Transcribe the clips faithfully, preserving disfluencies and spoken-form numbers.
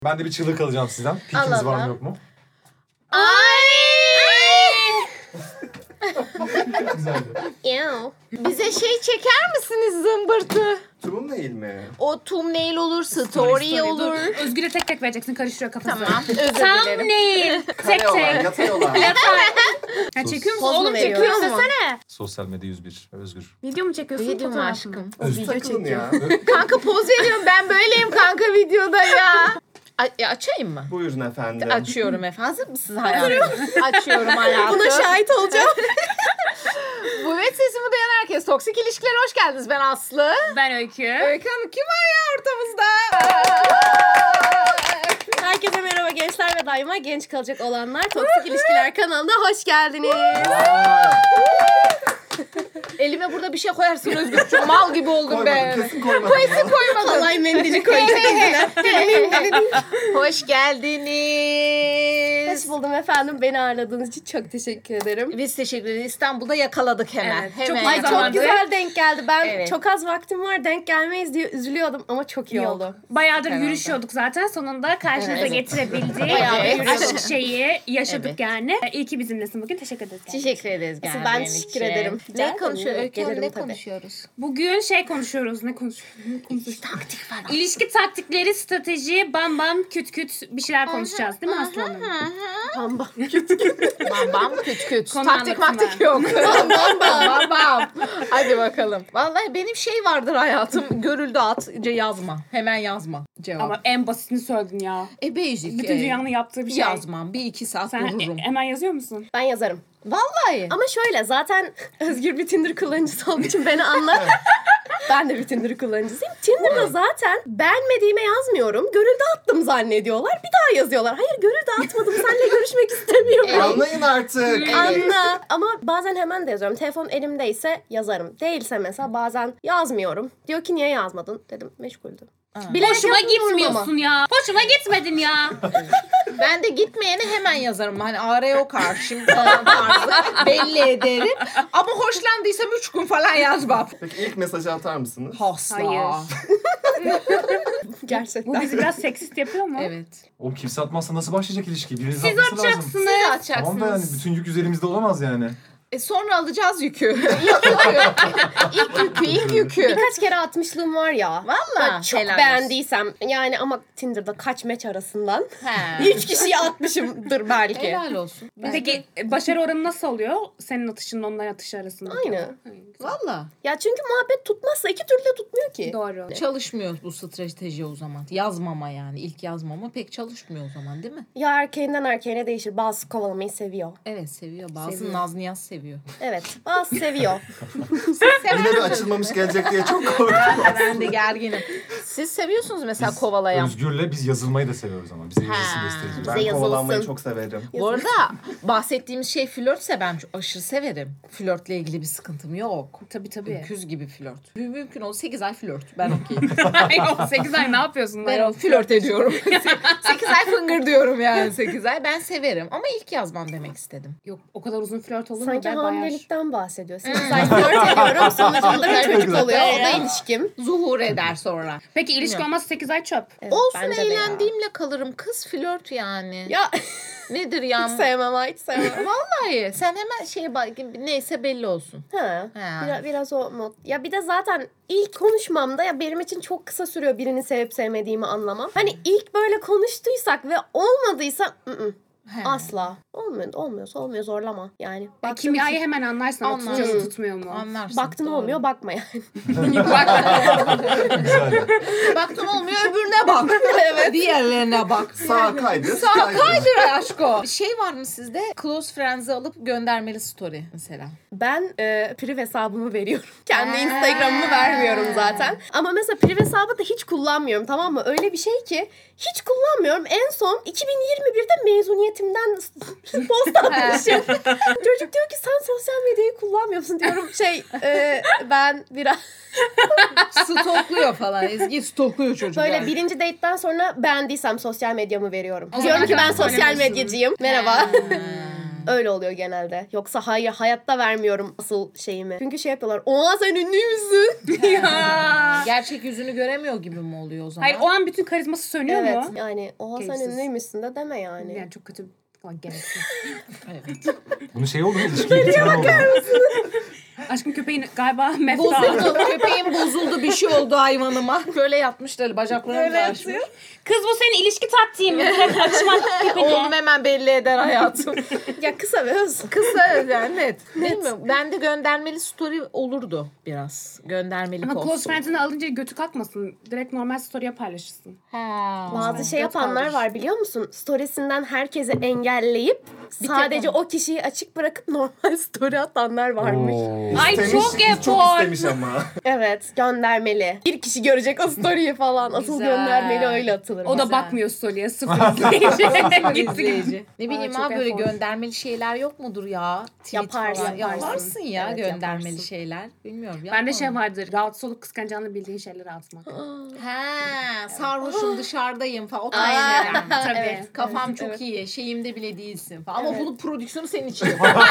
Ben de bir çığlık alacağım sizden. Pikiniz var mı yok mu? Ay! Güzeldi. Bize şey çeker misiniz zımbırtı? Thumbnail mi? O thumbnail olur, story, story olur. Dur. Özgür'e tek tek vereceksin, karıştırıyor kafası. Tamam, özür dilerim. Thumbnail. Tek Karıyorlar, tek. yatıyorlar. Ha, çekiyor musun? Poz mu Oğlum veriyorsun? çekiyor desene. Sosyal medya yüz bir. Özgür. Video mu çekiyorsun? Video mu fotoğraf aşkım? mı? O video Takılın çekiyor. ya. Kanka poz veriyorum, ben böyleyim kanka videoda ya. A- açayım mı? Buyurun efendim. Açıyorum efendim. Hazır mısınız hayatım? Açıyorum hayatım. Buna şahit olacağım. Bu evet sesimi duyan herkes. Toksik ilişkilere hoş geldiniz. Ben Aslı. Ben Öykü. Öykü Hanım kim var ya ortamızda? Herkese merhaba gençler ve daima genç kalacak olanlar. Toksik İlişkiler kanalına hoş geldiniz. Elime burada bir şey koyarsın Özgürcüğüm. Mal gibi oldum Koymadım, ben. kesin koymadım. Kesin koymadın. Kolay mendili koyacak yüzüne. Hoş geldiniz. Hoş buldum efendim. Beni ağırladığınız için çok teşekkür ederim. Biz teşekkür ederiz. İstanbul'da yakaladık hemen. Evet, hemen. çok Ay zamandı. çok güzel denk geldi. Ben Evet. çok az vaktim var, denk gelmeyiz diye üzülüyordum ama çok iyi Yok. oldu. Bayağıdır Herhalde. yürüşüyorduk zaten. Sonunda karşınıza Evet. getirebildik. Bayağı Evet. yürüyorduk. Aşk şeyi yaşadık Evet. yani. İyi ki bizimlesin bugün. Teşekkür ederiz. Teşekkür ederiz Asıl geldiğin ben için. teşekkür ederim. Rica Ne ederim. konuşuyoruz? Öykü Hanım, Gelirim ne tabii. konuşuyoruz? Bugün şey konuşuyoruz. Ne konuşuyoruz? Ne konuşuyoruz? Taktik falan. İlişki taktikleri, strateji, bam bam, küt küt bir şeyler konuşacağız değil mi Aslı Hanım? Pamba. Bam bam küt küt. Konu Taktik anlatımı. maktik yok. Bam bam bam bam. Hadi bakalım. Vallahi benim şey vardır hayatım. Görüldü at. Yazma. Hemen yazma. Cevap. Ama en basitini söyledin ya. e basic. Bütün e, dünyanın yaptığı bir şey. Yazmam. Bir iki saat Sen dururum. e- hemen yazıyor musun? Ben yazarım. Vallahi. Ama şöyle zaten Özgür bir Tinder kullanıcısı olduğu için beni anla. Ben de bir Tinder kullanıcısıyım. Tinder'da zaten beğenmediğime yazmıyorum. Görüldü attım zannediyorlar. Bir daha yazıyorlar. Hayır görüldü atmadım. Seninle görüşmek istemiyorum. Anlayın artık. Anla. Ama bazen hemen de yazıyorum. Telefon elimdeyse yazarım. Değilse mesela bazen yazmıyorum. Diyor ki niye yazmadın? Dedim meşguldüm. Bilerek Hoşuma yapmıyorum gitmiyorsun ya. Hoşuma gitmedin ya. Ben de gitmeyeni hemen yazarım. Hani araya o karşım falan tarzı belli ederim. Ama hoşlandıysam üç gün falan yazmam. Peki ilk mesajı atar mısınız? Asla. Hayır. Gerçekten. Bu bizi biraz seksist yapıyor mu? Evet. Oğlum kimse atmazsa nasıl başlayacak ilişki? Biriniz Siz atması lazım. atacaksınız. Siz atacaksınız. Tamam da yani bütün yük üzerimizde olamaz yani. E sonra alacağız yükü. İlk yükü. İlk yükü. İlk yükü. Birkaç kere atmışlığım var ya. Valla. Çok helal beğendiysem yani ama Tinder'da kaç meç arasından olsun. He. üç kişiye atmışımdır belki. Helal olsun. Peki başarı oranı nasıl oluyor? Senin atışınla onların atışı arasında. Aynı. Valla. Ya çünkü muhabbet tutmazsa iki türlü de tutmuyor ki. Doğru. Çalışmıyor bu strateji o zaman. Yazmama yani. İlk yazmama pek çalışmıyor o zaman değil mi? Ya erkeğinden erkeğine değişir. Bazısı kovalamayı seviyor. Evet seviyor. Bazı Seviyor. naz niyaz seviyor. Evet. Bazısı seviyor. Yine bir açılmamış gelecek diye çok korktum. Ben de gerginim. Siz seviyorsunuz mesela Biz kovalayan. Özgür'le biz yazılmayı da seviyoruz ama. Bize yazılsın da isteriz. Bize Ben yazılsın. kovalanmayı çok severim. Bu arada bahsettiğimiz şey flörtse ben çok aşırı severim. Flörtle ilgili bir sıkıntım yok. Tabii tabii. Öküz gibi flört. Mümkün olsa sekiz ay flört. Ben okeyim. Ay, sekiz ay ne yapıyorsun? Ben o flört ediyorum. sekiz ay fıngır diyorum yani sekiz ay. Ben severim ama ilk yazmam demek istedim. Yok o kadar uzun flört olur mu? Sanki Ben bayağı- hamilelikten bahsediyor. sekiz ay flört ediyorum. Sonucunda bir çocuk güzel. oluyor. O da Evet. ilişkim. Zuhur eder sonra. Peki ilişki olmazsa sekiz ay çöp. Evet, Olsun bence de ya. eğlendiğimle kalırım. Kız flört yani. Ya Nedir ya? hiç sevmem ha hiç sevmem. Vallahi sen hemen şeye bak neyse belli olsun. Ha, Ha. biraz, biraz o mod. Ya bir de zaten ilk konuşmamda ya benim için çok kısa sürüyor birini sevip sevmediğimi anlamam. Hani ilk böyle konuştuysak ve olmadıysa ı-ı, He. asla. Olmuyor, olmuyorsa olmuyor zorlama. Yani E, baktım, kimyayı hemen anlarsın ama Anlarsın. tutuyor mu tutmuyor mu? Anlarsın. baktım doğru. olmuyor bakma yani. Güzel. Baktın olmuyor öbürüne bak. evet. Diğerlerine bak. Sağ kaydır. Sağ kaydır. kaydır aşko. Şey var mı sizde? Close friends'i alıp göndermeli story mesela. Ben e, priv hesabımı veriyorum. Kendi Ha. Instagram'ımı vermiyorum zaten. Ama mesela priv hesabı da hiç kullanmıyorum, tamam mı? Öyle bir şey ki hiç kullanmıyorum. En son iki bin yirmi birde mezuniyetimden post atmışım. Çocuk diyor ki sen sosyal medyayı kullanmıyorsun diyorum. Şey e, ben biraz Stokluyor falan. Ezgi stokluyor çocuklar. böyle birinci date'den sonra beğendiysem sosyal medyamı veriyorum. O Diyorum zaman ki ben çok sosyal önemlisin. medyacıyım. Merhaba. Ha. Öyle oluyor genelde. Yoksa hayır hayatta vermiyorum asıl şeyimi. Çünkü şey yapıyorlar. Oha sen ünlü müsün? Ya. Gerçek yüzünü göremiyor gibi mi oluyor o zaman? Hayır o an bütün karizması sönüyor Evet. mu? Yani oha sen Keyifsiz. ünlüymüşsün de deme yani. Yani çok kötü. Ama gereksiz. Evet. Bunun şey oldu mu? İlişkiye bitiren oldu mu? Aşkın köpeğin galiba mefta. Bozuldu. Köpeğim bozuldu. Bir şey oldu hayvanıma. Böyle yatmışlar. Bacaklarını Böyle açmış. Kız bu senin ilişki taktiğin mi? Direkt açmak köpeği. Oğlum hemen belli eder hayatım. Ya kısa ve öz. Kısa yani net. Değil mi? Ben de göndermeli story olurdu biraz. Göndermeli Ama post. close friends'ini alınca götü kalkmasın. Direkt normal story'e paylaşırsın. Ha. Bazı şey Göt yapanlar kaldır. var biliyor musun? Storiesinden herkesi engelleyip sadece o kişiyi açık bırakıp normal story atanlar varmış. Oo. Ay İstemiş, çok biz çok efor. istemiş ama. Evet, göndermeli. Bir kişi görecek o story'i falan. Asıl Güzel. göndermeli öyle atılır. O da Güzel. bakmıyor story'e. Sıfır izleyici. Gitti. İzleyici. Ne bileyim Aa, abi çok böyle efor. göndermeli şeyler yok mudur ya? Tweet Yaparsın, falan. yaparsın. Yaparsın ya Evet, göndermeli yaparsın. şeyler. Bilmiyorum. Bende yapmam. şey vardır. Rahatsız olup kıskanacağını bildiğin şeyleri atmak. He, sarhoşum dışarıdayım falan. O Aynen. tarz. Tabii. Evet, kafam Evet, çok evet. iyi. Şeyimde bile değilsin falan. Ama bunun prodüksiyonu senin için.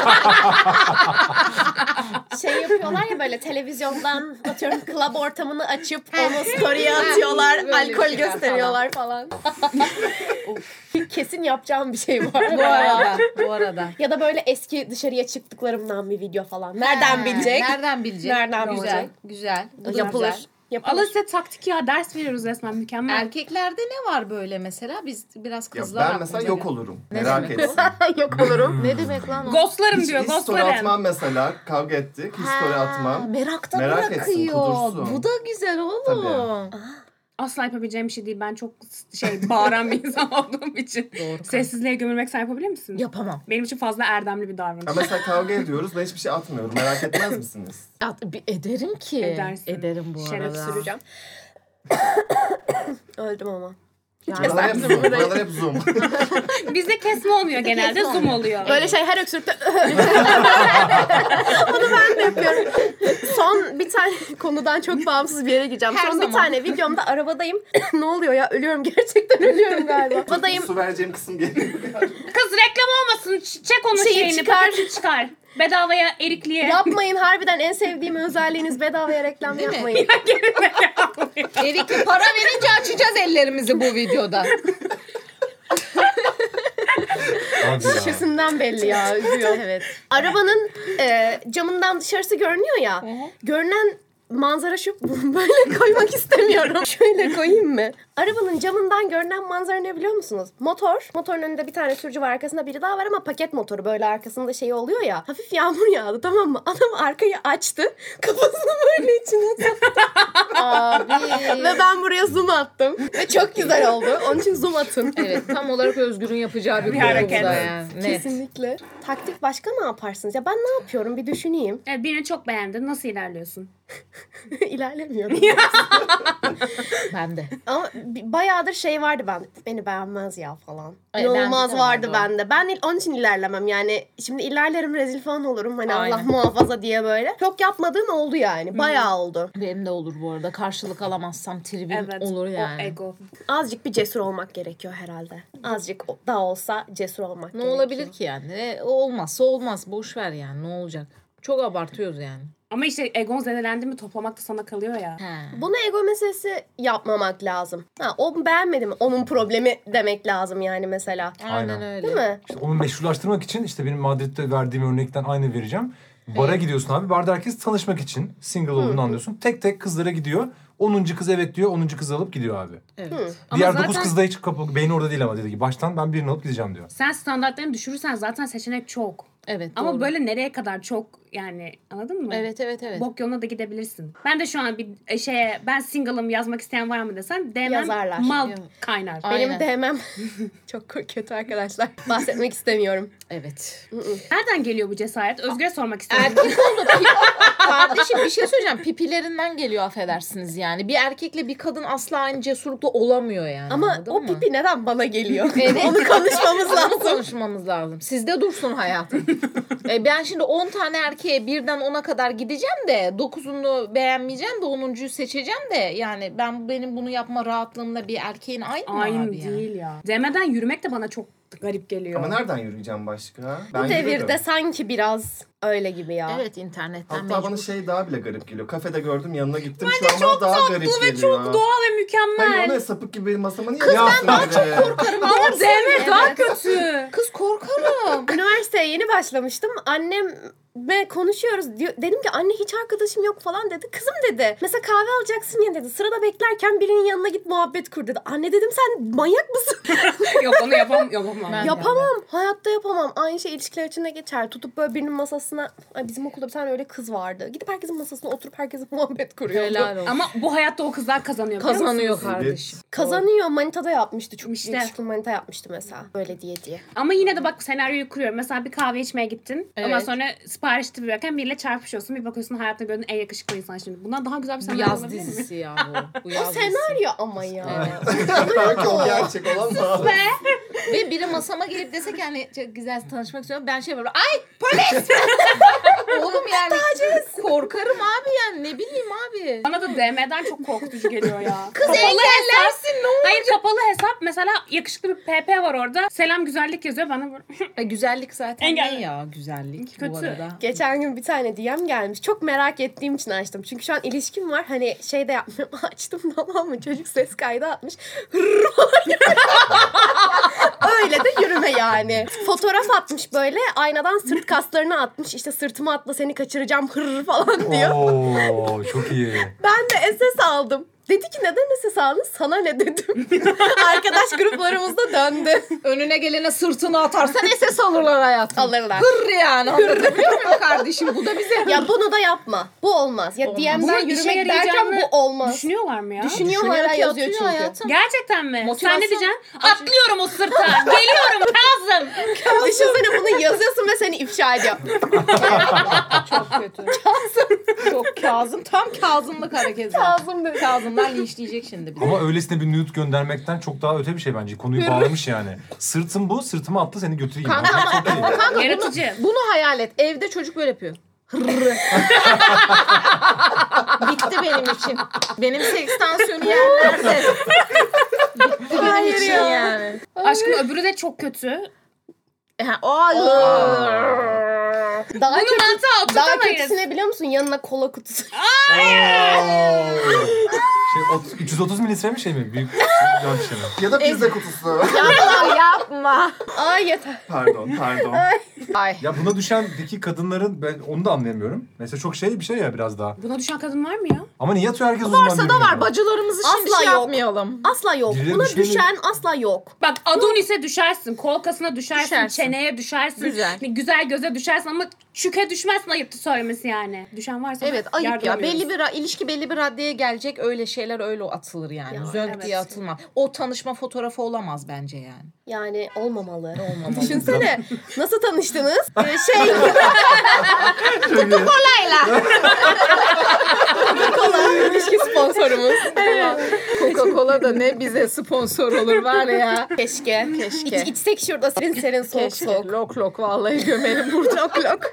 Şey yapıyorlar ya böyle televizyondan atıyorum club ortamını açıp onu story'e atıyorlar. Böyle Alkol şeyler gösteriyorlar falan. Kesin yapacağım bir şey var. bu arada. Bu arada. Ya da böyle eski dışarıya çıktıklarımdan bir video falan. Nereden Ha, bilecek? Nereden bilecek? Nereden güzel, bilecek? Güzel. Bu da Yapılır. güzel. Yapılır. Alın size taktik ya. Ders veriyoruz resmen. Mükemmel. Erkeklerde ne var böyle mesela? Biz biraz Ya kızlar ben mesela aklımıza yok geliyor. olurum. Ne Merak demek etsin. Yok olurum. Ne demek lan o? Ghostlarım Hiç, diyor. hiç story Ghostlarım. atmam mesela. Kavga ettik. Hiç story Ha, atmam. Merakta Merak etsin, bırakıyor. kudursun. Bu da güzel oğlum. Asla yapabileceğim bir şey değil. Ben çok şey bağıran bir insan olduğum için. Doğru. Sessizliğe gömülmek sen yapabilir misin? Yapamam. Benim için fazla erdemli bir davranış. Ama mesela kavga ediyoruz. Ben hiçbir şey atmıyorum. Merak etmez misiniz? Ya, bir ederim ki. Edersin. Ederim bu Şeref arada. Süreceğim. Öldüm ama. Yani- Buralar hep zoom. Buralar hep zoom. Bizde kesme olmuyor genelde. Zoom oluyor. Böyle şey her öksürükte onu ben de yapıyorum. Son bir tane konudan çok bağımsız bir yere gireceğim. Her Son zaman. bir tane videomda arabadayım. Ne oluyor ya? Ölüyorum gerçekten ölüyorum galiba. Arabadayım. Su vereceğim kısım geliyor. Kız reklam olmasın. Ç- Çek onun Şeyi şeyini. çıkar. Paketi çıkar. Bedavaya erikliye. Yapmayın harbiden en sevdiğim özelliğiniz bedavaya reklam Değil mi? yapmayın. Erikli para verince açacağız ellerimizi bu videoda. Hadi ya. Şişesinden belli ya. Üzüyor. Evet. Arabanın e, camından dışarısı görünüyor ya. Görünen manzara şu. Böyle koymak istemiyorum. Şöyle koyayım mı? Arabanın camından görünen manzara ne biliyor musunuz? Motor. Motorun önünde bir tane sürücü var. Arkasında biri daha var ama paket motoru. Böyle arkasında şey oluyor ya. Hafif yağmur yağdı tamam mı? Adam arkayı açtı. Kafasını böyle içine taktı. Abi. Ve ben buraya zoom attım. Ve çok güzel oldu. Onun için zoom atın. Evet, tam olarak Özgür'ün yapacağı bir, Bir konu bu hareket. da yani. Net. Kesinlikle. Taktik başka ne yaparsınız? Ya ben ne yapıyorum? Bir düşüneyim. Evet, birini çok beğendin. Nasıl ilerliyorsun? İlerlemiyorum. Ben de. Ama bi- bayağıdır şey vardı bende. Beni beğenmez ya falan. Ay, İnanılmaz bende de vardı vardı o. bende. Ben il- onun için ilerlemem. Yani şimdi ilerlerim rezil falan olurum. Hani Allah Aynen. muhafaza diye böyle. Çok yapmadığım oldu yani. Bayağı oldu. Benim de olur bu arada. Karşılık alamazsam tribim Evet. olur O yani. ego. Azıcık bir cesur olmak gerekiyor herhalde. Azıcık o- da olsa cesur olmak Ne gerekiyor. olabilir ki yani? E, olmazsa olmaz. Boş ver yani. Ne olacak? Çok abartıyoruz yani. Ama işte egon zedelendi mi toplamak da sana kalıyor ya. He. Bunu ego meselesi yapmamak lazım. Ha, o beğenmedi mi? Onun problemi demek lazım yani mesela. Aynen, Aynen. öyle. Değil mi? İşte onu meşrulaştırmak için işte benim Madrid'de verdiğim örnekten aynı vereceğim. Bara gidiyorsun abi. Barda herkes tanışmak için single olduğunu anlıyorsun. Tek tek kızlara gidiyor. onuncu kız evet diyor. onuncu kızı alıp gidiyor abi. Evet. Ama Diğer zaten- dokuz kızda hiç kapı beyni orada değil ama dedi ki baştan ben birini alıp gideceğim diyor. Sen standartlarını düşürürsen zaten seçenek çok. Evet. Ama doğru. böyle nereye kadar çok yani anladın mı? Evet evet evet. Bok yoluna da gidebilirsin. Ben de şu an bir şeye ben single'ım yazmak isteyen var mı desen D M'm Yazarlar. mal Yok. kaynar. Aynen. Benim D M'm çok kötü arkadaşlar. Bahsetmek istemiyorum. Evet. Nereden geliyor bu cesaret? Özgür'e sormak istiyorum. Erkek oldu. Pi- Kardeşim bir şey söyleyeceğim. Pipilerinden geliyor affedersiniz yani. Bir erkekle bir kadın asla aynı cesurlukta olamıyor yani. Ama anladın o mı? pipi neden bana geliyor? Evet. Onu konuşmamız Onu lazım. konuşmamız lazım. Sizde dursun hayatım. E ben şimdi on tane erkeğe birden ona kadar gideceğim de dokuzunu beğenmeyeceğim de onuncuyu seçeceğim de yani ben benim bunu yapma rahatlığımla bir erkeğin aynı mı Aynı abi yani? değil ya. Demeden yürümek de bana çok garip geliyor. Ama nereden yürüyeceğim başka? Ben Bu devirde yürürüm. sanki biraz öyle gibi ya. Evet internetten Hatta mecbur. bana şey daha bile garip geliyor. Kafede gördüm yanına gittim. Şu an bana daha garip Tatlı ve geliyor. çok doğal ve mükemmel. Hayır ona sapık gibi benim masama niye yaptın? Ben çok korkarım. Ama Doğru Demet söylüyor. daha Evet. kötü. Kız korkarım. Üniversiteye yeni başlamıştım. Annem ve konuşuyoruz. Diyor, dedim ki anne hiç arkadaşım yok falan dedi. Kızım dedi. Mesela kahve alacaksın ya dedi. Sırada beklerken birinin yanına git muhabbet kur dedi. Anne dedim sen manyak mısın? Yok onu yapam yapamam. Ben- Yapamam. Hayatta yapamam. Aynı şey ilişkiler içinde geçer. Tutup böyle birinin masasına... Ay bizim okulda bir tane öyle kız vardı. Gidip herkesin masasına oturup herkesin muhabbet kuruyordu. Helal olsun. Ama bu hayatta o kızlar kazanıyor. biliyor Kazanıyor musunuz? kardeşim. Kazanıyor. Manitada yapmıştı. Çok İşte. yakışıklı manita yapmıştı mesela. Öyle diye diye. Ama yine de bak senaryoyu kuruyorum. Mesela bir kahve içmeye gittin. Evet. Ama sonra siparişte verirken biriyle çarpışıyorsun. Bir bakıyorsun hayatında gördüğün en yakışıklı insan şimdi. Bundan daha güzel bir Bu senaryo yaz olabilir mi? dizisi ya bu. Bu O yaz dizisi. senaryo ama ya. Belki o gerçek olan mı? Ve biri masama gelip dese ki hani çok güzel tanışmak istiyorum. Ben şey yaparım. Ay polis! Oğlum yani korkarım abi yani ne bileyim abi. Bana da D M'den çok korkutucu geliyor ya. Kız Kapalı engellersin ne olur. Hayır kapalı hesap. Mesela yakışıklı bir P P var orada. Selam güzellik yazıyor. Bana böyle... E, güzellik zaten Engel- ne ya güzellik bu Kötü. arada. Geçen gün bir tane D M gelmiş. Çok merak ettiğim için açtım. Çünkü şu an ilişkim var. Hani şey de yapmıyorum. Açtım tamam mı? Çocuk ses kaydı atmış. Öyle de yürüme yani. Fotoğraf atmış böyle. Aynadan sırt kaslarını atmış. İşte sırtıma atla seni kaçıracağım hırr falan diyor. Oo çok iyi. Ben de S S aldım. Dedi ki neden S S aldın? Sana ne dedim. Arkadaş gruplarımızda döndü. Önüne gelene sırtını atarsan S S alırlar hayatım. Alırlar. Hırr yani anlatabiliyor muyum kardeşim? Bu da bize. Ya bunu da yapma. Bu olmaz. Ya D M'den Bunun işe yürümek derken yarayacağını bu olmaz. Düşünüyorlar mı ya? Düşünüyor hala Düşünerek yazıyor yatıyor çünkü. hayatım. Gerçekten mi? Motivasyon- Sen ne diyeceksin? Atlıyorum o sırta. Geliyorum Kazım. Düşünsene bunu yazıyorsun ve seni ifşa ediyor. Çok kötü. Kazım. Çok Kazım. Tam Kazımlık hareketi. Kazım dedi. Kazımlar linçleyecek şimdi bizi. Ama öylesine bir nude göndermekten çok daha öte bir şey bence. Konuyu bağlamış yani. Sırtım bu, sırtıma attı seni götüreyim. Kanka Bence çok iyi. Kanka bunu, Yaratıcı. bunu hayal et. Evde çocuk böyle yapıyor. Hırrı. Bitti benim için. Benim seks tansiyonu yerlerde. Bitti benim Hayır için ya. yani. Aşkım öbürü de çok kötü. Ha, ay. Daha Bunu kötü, mantığa daha oturtamayız. kötüsü ne biliyor musun? Yanına kola kutusu. Şey, ot- üç yüz otuz mililitre mi şey mi? Büyük yan şey mi? Ya da pizza kutusu. Yapma yapma. Ay yeter. Pardon pardon. Ay. Ya buna düşen peki kadınların ben onu da anlayamıyorum. Mesela çok şey bir şey ya biraz daha. Buna düşen kadın var mı ya? Ama niye atıyor herkes o zaman Varsa da birbirine? var. Bacılarımızı şimdi Asla şey yok. yapmayalım. Asla yok. Birileri Buna düşmeli. düşen asla yok. Bak Adonis'e düşersin, kolkasına düşersin, Düşersin. çeneye düşersin, Güzel. güzel göze düşersin ama çüke düşmezsin ayıptı söylemesi yani. Düşen varsa Evet ayıp ya. yardılamıyoruz. Belli bir ra- ilişki belli bir raddeye gelecek. Öyle şeyler öyle atılır yani. Ya, Zönk evet. diye atılmaz. O tanışma fotoğrafı olamaz bence yani. Yani olmamalı. Olmamalı. Düşünsene. Nasıl tanıştınız? Ee, şey. Coca-Cola'yla. Coca-Cola ilişki sponsorumuz. Coca-Cola da ne bize sponsor olur var ya. Keşke. Keşke. İç, içsek şurada serin serin soğuk Keşke. soğuk. Lok lok vallahi gömelim burada. Lok lok.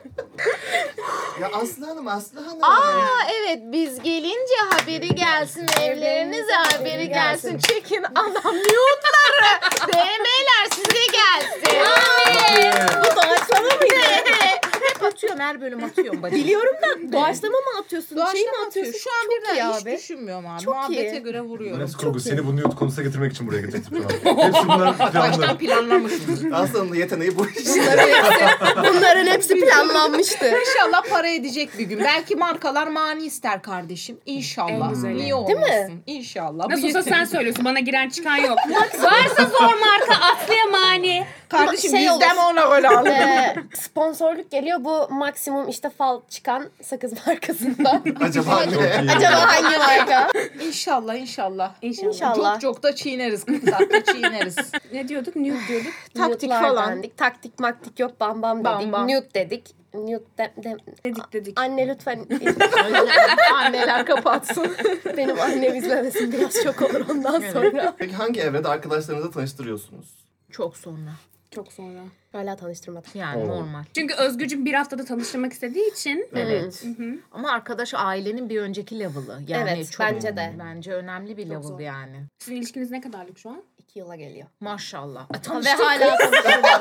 Ya Aslı Hanım Aslı Hanım. Aa evet biz gelince haberi gelsin evlerinize haberi gelsin. Çekin anam nude'ları. D M'ler size gelsin. Bu doğaçlama mıydı? Hep atıyorum her bölüm atıyorum bacım. Biliyorum da doğaçlama mı atıyorsun? Doğaçlama şey mi atıyor. atıyorsun? Şu an Çok birden iyi hiç abi. düşünmüyorum abi. Çok Muhabbete iyi. göre vuruyorum. Hepsi kurgu. Seni bu nude konusuna getirmek için buraya getirdim. Hepsi bunlar planlı. Baştan planlamışım. Aslı'nın yeteneği bu iş. Bunların hepsi, bunların hepsi planlanmıştı. İnşallah para edecek bir gün. Belki markalar mani ister kardeşim. İnşallah. En güzeli. Niye olmasın? Değil mi? İnşallah. Nasıl Bu olsa yeter- sen söylüyorsun bana giren çıkan yok. Varsa zor marka Aslı'ya mani. Kardeşim Şey bizden olur. ona göre alın. Ee, sponsorluk geliyor bu maksimum işte fal çıkan sakız markasından. Acaba Çok ne? iyi. Acaba hangi marka? İnşallah inşallah. İnşallah. İnşallah. Çok çok da çiğneriz. kırk dakika çiğneriz. Ne diyorduk? Nude diyorduk. Taktik Nude'lar falan. Dendik. Taktik maktik yok bam bam Bam dedik. bam. Nude dedik. Nude de, de- Dedik dedik. Anne lütfen Anneler kapatsın. benim annem izlemesin biraz çok olur ondan sonra. Peki hangi evrede arkadaşlarınızla tanıştırıyorsunuz? Çok sonra. Çok sonra. Hala tanıştırmadım. Yani Oo. normal. Çünkü Özgürcüm bir haftada tanıştırmak istediği için. Evet. Hı hı. Ama arkadaş ailenin bir önceki level'ı. Yani Evet, çok, bence de. Bence önemli bir Çok level zor. yani. Sizin ilişkiniz ne kadarlık şu an? İki yıla geliyor. Maşallah. E, Ve tanıştık. hala tanıştırmadım.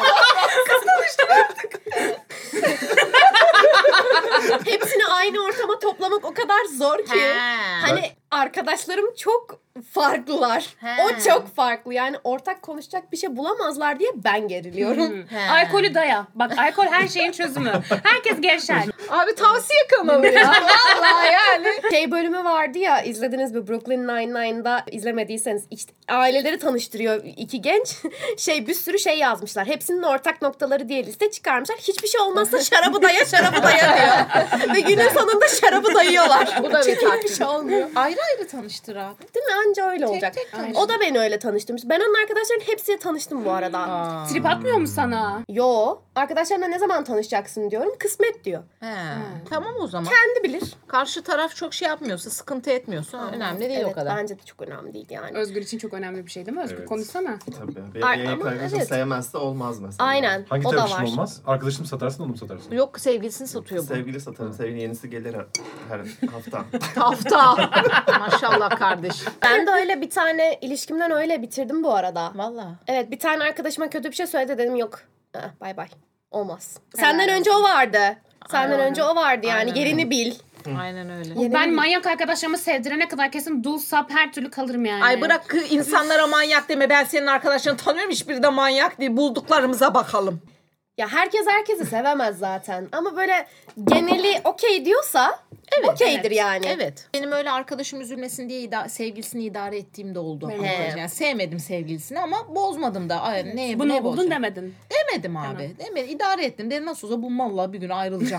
Hepsini aynı ortama toplamak o kadar zor ki. He. Hani arkadaşlarım çok farklılar. He. O çok farklı. Yani ortak konuşacak bir şey bulamazlar diye ben geriliyorum. He. Alkolü daya. Bak alkol her şeyin çözümü. Herkes gevşer. Abi tavsiye kanalı ya. Vallahi yani. Şey bölümü vardı ya, izlediniz mi? Brooklyn Nine-Nine'da izlemediyseniz işte aileleri tanıştırıyor iki genç. Şey bir sürü şey yazmışlar. Hepsinin ortak noktaları diye liste çıkarmışlar. Hiçbir şey olmazsa şarabı daya şarabı daya diyor. Ve günün sonunda şarabı dayıyorlar. Bu da bir Çünkü taktik. hiçbir şey olmuyor. Ayrı ayrı tanıştır abi. Değil mi? Anca öyle olacak. tek tanış. O da beni öyle tanıştırmış. Ben onun arkadaşların hepsiyle tanıştım bu arada. Aa. Trip atmıyor mu sana? Yo. Arkadaşlarına ne zaman tanışacaksın diyorum. Kısmet diyor. He. Tamam o zaman. Kendi bilir. Karşı taraf çok şey yapmıyorsa, sıkıntı etmiyorsa önemli değil Evet, o kadar. bence de çok önemli değil yani. Özgür için çok önemli bir şey değil mi? Özgür Evet. konuşsana. Tabii. Benim Ay, en yakın ama arkadaşım evet. sevmezse olmaz mesela. Aynen. Hangi o da taraf için var. olmaz? Arkadaşını mı satarsın, onu mu satarsın? Yok sevgilisini satıyor bu. Sevgili satarım. Sevgili yenisi gelir her, her hafta. Hafta. Maşallah kardeş. Ben de öyle bir tane ilişkimden öyle bitirdim bu arada. Vallahi. Evet, bir tane arkadaşıma kötü bir şey söyledi, dedim yok. Ah, bay bay. Olmaz. Helal Senden önce o vardı. Senden Aynen. önce o vardı yani. Aynen Yerini bil. Aynen öyle. Yeni Ben bir- manyak arkadaşlarımı sevdirene kadar kesin dul sap her türlü kalırım yani. Ay bırak kı- insanlara manyak deme. Ben senin arkadaşlarını tanıyorum. Hiçbiri de manyak değil. Bulduklarımıza bakalım. Ya herkes herkesi sevemez zaten. Ama böyle geneli okey diyorsa okeydir evet. yani. Evet. Benim öyle arkadaşım üzülmesin diye ida- sevgilisini idare ettiğim de oldu. Benim de. Yani sevmedim sevgilisini ama bozmadım da. Ay, ne, Bunu ne buldun bozacağım? demedin. Demedim abi. Demedim. İdare ettim. Dedim nasıl olsa bu malla bir gün ayrılacak.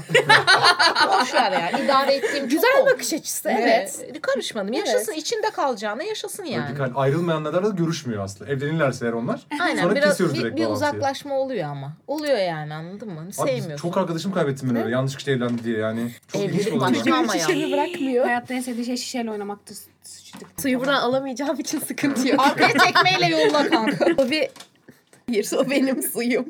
Boş ver ya. İdare ettiğim çok Güzel oldu. bakış açısı, evet. Evet. Karışmadım. Yaşasın. içinde kalacağına yaşasın yani. Radikal ayrılmayanlar da görüşmüyor aslında. Evlenirlerse eğer onlar. Aynen. Sonra Biraz kesiyoruz bir, direkt bir bağlantıyı. uzaklaşma oluyor ama. Oluyor yani, anladın mı? Abi Sevmiyorsun. çok arkadaşım kaybettim ben öyle. Yanlış kişiyle evlendi diye yani. Çok ilginç Evlilik oluyor. başka ama ya. Şişemi bırakmıyor. Hayatta en sevdiği şey şişeyle oynamaktır. Sıçtık. Suyu buradan alamayacağım için sıkıntı yok. Arkaya tekmeyle yolla kanka. O bir... Hayır, o benim suyum.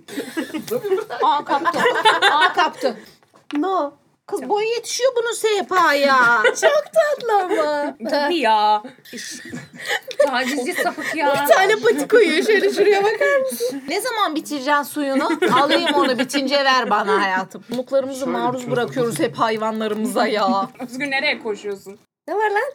Aa kaptı. Aa kaptı. No. Kız boyu yetişiyor bunun sehpaya. Çok tatlı ama. Tabii ya. Tacizci sapık ya. Bir tane pati koyuyor şöyle, şuraya bakar mısın? Ne zaman bitireceksin suyunu? Alayım onu, bitince ver bana hayatım. Umutlarımızı Şöyle maruz çözüm- bırakıyoruz hep hayvanlarımıza ya. Özgür nereye koşuyorsun? Ne var lan?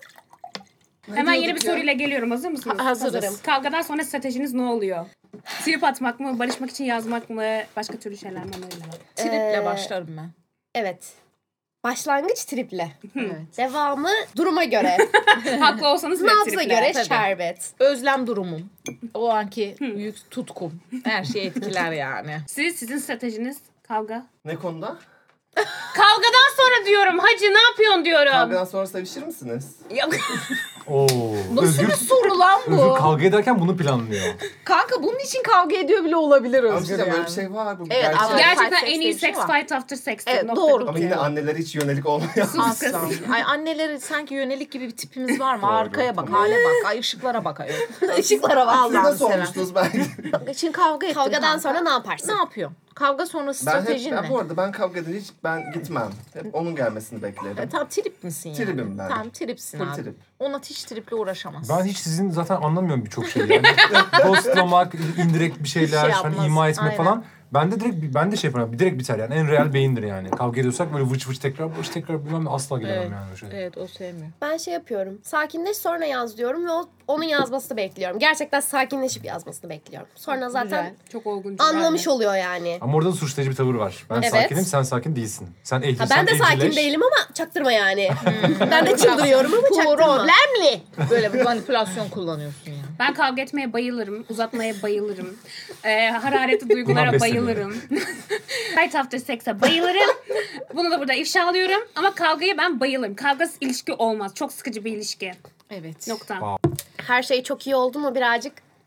Hemen yeni bir diyorduk ya? soruyla geliyorum. Hazır mısınız? Ha- hazırız. Hazırım. Kavgadan sonra stratejiniz ne oluyor? Trip atmak mı? Barışmak için yazmak mı? Başka türlü şeyler mi? Öyle mi? Triple Ee, başlarım ben. Evet. Başlangıç triple. Evet. Devamı duruma göre. Haklı olsanız ne Nabza tripler? göre tabii. şerbet. Özlem durumum. O anki büyük tutkum. Her şey etkiler yani. Siz, sizin stratejiniz kavga. Ne konuda? Kavgadan sonra diyorum. Hacı ne yapıyorsun diyorum. Kavgadan sonra sevişir misiniz? Yok. Oo. Nasıl Özgür, bir soru lan bu? Özgür kavga ederken bunu planlıyor. Kanka bunun için kavga ediyor bile olabilir Ama bir Özgür şey diyeceğim, yani. böyle bir şey var. Bu Evet, gerçek. ama- Gerçekten Fight en iyi sex diye bir sex şey var. fight after sex. Evet, Nokta doğru. bitti. Ama yine anneler hiç yönelik olmuyor. Aslan. Ay annelere sanki yönelik gibi bir tipimiz var mı? Doğru. Arkaya bak, hale bak. Ay ışıklara bak. Ay. Işıklara bak. Siz Allah'ını de seversen. sormuştunuz ben. Için kavga ettin Kavgadan kanka. sonra ne yaparsın? Ne yapıyorsun? Kavga sonrası Ben, hep, stratejin ben ne? bu arada ben kavgada hiç ben gitmem. Hep onun gelmesini beklerim. E, Tam trip misin yani? Tribim ben. Tamam tripsin Full abi. trip. Ona hiç triple uğraşamazsın. Ben hiç sizin zaten anlamıyorum birçok şeyi. Yani ghostlamak, indirekt bir şeyler, Şey hani yapmaz, ima etme aynen. falan. Ben de direkt ben de şey yaparım. Direkt biter yani. En real beyindir yani. Kavga ediyorsak böyle vıç vıç tekrar vıç tekrar bilmem ne, asla gelemem Evet. yani o şey. Evet, o sevmiyor. Ben şey yapıyorum. Sakinleş sonra yaz diyorum ve o, onun yazmasını bekliyorum. Gerçekten sakinleşip yazmasını bekliyorum. Sonra zaten Güzel. Çok olgun. anlamış oluyor yani. Ama orada da suçlayıcı bir tavır var. Ben Evet. sakinim, sen sakin değilsin. Sen ehli, Ha, sen ben de sakin evcileş. değilim ama çaktırma yani. ben de çıldırıyorum ama çaktırma. Problemli. Böyle bir manipülasyon kullanıyorsun yani. Ben kavga etmeye bayılırım. Uzatmaya bayılırım. Ee, hararetli duygulara Bundan bayılırım. Fight after sex'e bayılırım. Bunu da burada ifşa alıyorum. Ama kavgaya ben bayılırım. Kavgasız ilişki olmaz. Çok sıkıcı bir ilişki. Evet. Nokta. Wow. Her şey çok iyi oldu mu birazcık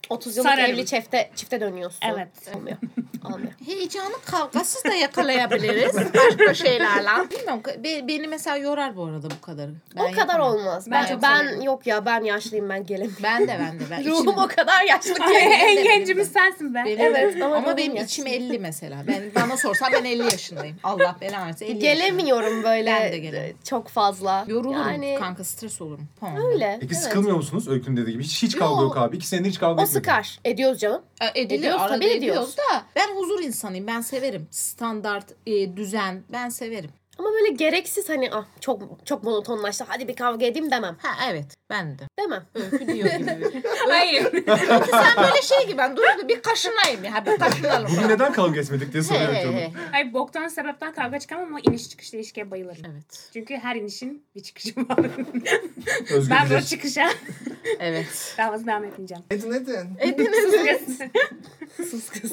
otuz yıllık Sararım. evli çifte, çifte dönüyorsun. Evet. Olmuyor. Olmuyor. Heyecanı kavgasız da yakalayabiliriz. Başka şeylerle. Bilmiyorum. Be- beni mesela yorar bu arada bu kadarı. Ben o kadar yapamam. olmaz. Ben Ben, çok ben severim. yok ya ben yaşlıyım ben gelemiyorum. Ben de ben de. Ben Ruhum içim- o kadar yaşlı ki. en de gencimiz sensin be. Benim- Evet, ama ama benim benim yaşım. içim elli mesela. Ben bana sorsan ben elli yaşındayım. Allah belanı versin. elli yaşındayım. Gelemiyorum böyle Ben de gelemiyorum. çok fazla. Yorulurum Yani kanka, stres olurum. Tamam. öyle. Peki evet. sıkılmıyor musunuz Öykü'nün dediği gibi? Hiç, hiç kavga Yok. yok abi. İki senedir hiç kavga O etmedik. sıkar. Ediyoruz canım. E, Edilir, Ediyoruz, arada tabii ediyoruz ediyoruz. da ben huzur insanıyım. Ben severim. Standart, e, düzen. Ben severim. Ama böyle gereksiz hani ah çok çok monotonlaştı. Hadi bir kavga edeyim demem. Ha evet, ben de. Demem. Öykü diyor gibi. Hayır. Sen böyle şey gibi, ben dur da bir kaşınayım ya. Ha, bir kaşınalım. Bugün neden kavga etmedik diye He soruyor he Öykü he. Hanım. Hayır boktan sebepten kavga çıkamam ama iniş çıkış ilişkiye bayılırım. Evet. Çünkü her inişin bir çıkışı var. Özgür ben bu bilir. çıkışa Evet. daha fazla devam etmeyeceğim. Edin edin. Edin Sus kız. Sus kız.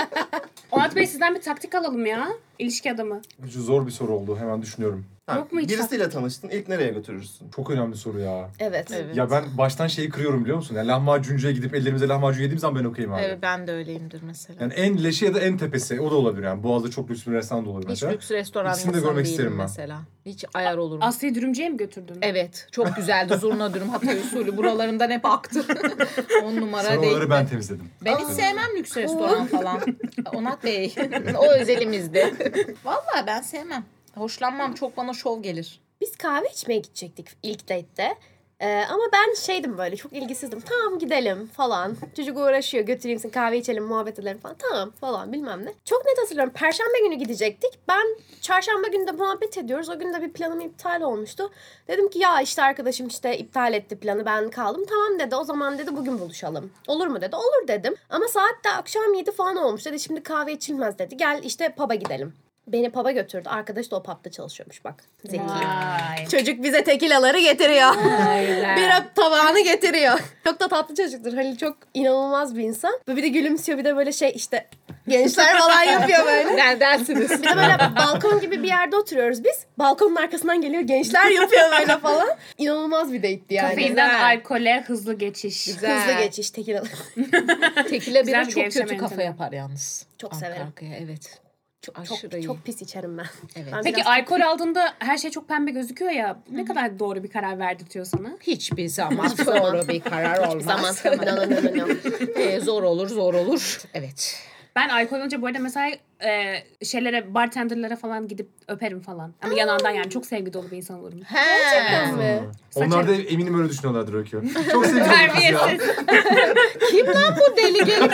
Onat Bey sizden bir taktik alalım ya. İlişki adamı. Şu zor bir soru oldu. Hemen düşünüyorum. Ha, Yok mu hiç birisiyle tanıştın. İlk nereye götürürsün? Çok önemli soru ya. Evet. Evet. Ya ben baştan şeyi kırıyorum biliyor musun? Yani lahmacuncuya gidip ellerimize lahmacun yediğim zaman ben okeyim abi. Evet, ben de öyleyimdir mesela. Yani en leşi ya da en tepesi. O da olabilir yani. Boğaz'da çok lüks bir restoran da olabilir Hiç mesela. lüks restoran İkisini de insanı görmek değilim isterim ben. mesela. Hiç ayar olurum. Aslı'yı dürümcüye mi götürdün? Evet. Çok güzeldi. Zurna dürüm, Hatay usulü. Buralarından hep aktı. On numara Sonra değil. oraları ben temizledim. Ben hiç sevmem lüks restoran falan. Onat Bey. O özelimizdi. Vallahi ben sevmem. Hoşlanmam. Çok bana şov gelir. Biz kahve içmeye gidecektik ilk date'te. Ee, ama ben şeydim böyle çok ilgisizdim. Tamam gidelim falan. Çocuk uğraşıyor götüreyim seni kahve içelim muhabbet edelim falan. Tamam falan bilmem ne. Çok net hatırlıyorum. Perşembe günü gidecektik. Ben çarşamba günü de muhabbet ediyoruz. O gün de bir planım iptal olmuştu. Dedim ki ya işte arkadaşım işte iptal etti planı ben kaldım. Tamam dedi o zaman dedi bugün buluşalım. Olur mu dedi. Olur dedim. Ama saat de akşam yedi falan olmuş dedi. Şimdi kahve içilmez dedi. Gel işte pub'a gidelim. Beni pub'a götürdü. Arkadaş da o pub'da çalışıyormuş bak. Zeki. Vay. Çocuk bize tekilaları getiriyor. Aynen. Bira tabağını getiriyor. Çok da tatlı çocuktur. Halil çok inanılmaz bir insan. Bir de gülümsüyor. Bir de böyle şey işte gençler falan yapıyor böyle. Neredensiniz? Bir de böyle balkon gibi bir yerde oturuyoruz biz. Balkonun arkasından geliyor gençler yapıyor böyle falan. İnanılmaz bir date'ti yani. Kafeinden Güzel. alkole hızlı geçiş. Güzel. Hızlı geçiş tekilalar. Tekile Güzel biri bir çok gevşeme kötü kafa yöntemi. yapar yalnız. Çok Arka severim. Arkaya, evet. Çok, Çok, aşırı iyi. çok pis içerim ben. Evet. Ben Peki biraz- alkol aldığında her şey çok pembe gözüküyor ya. Ne kadar doğru bir karar verdirtiyor sana? Hiçbir zaman doğru bir karar olmaz. Zaman. No, no, no, no, no. Ee, zor olur, zor olur. Evet. Ben alkol olunca bu arada mesela e, şeylere, bartenderlara falan gidip öperim falan. Ama yanağından yani çok sevgi dolu bir insan olurum. Gerçekten mi? Onlar da eminim öyle düşünüyorlardır Öykü. Çok sevdiğim kız ya. Terbiyesiz. Kim lan bu deli gelip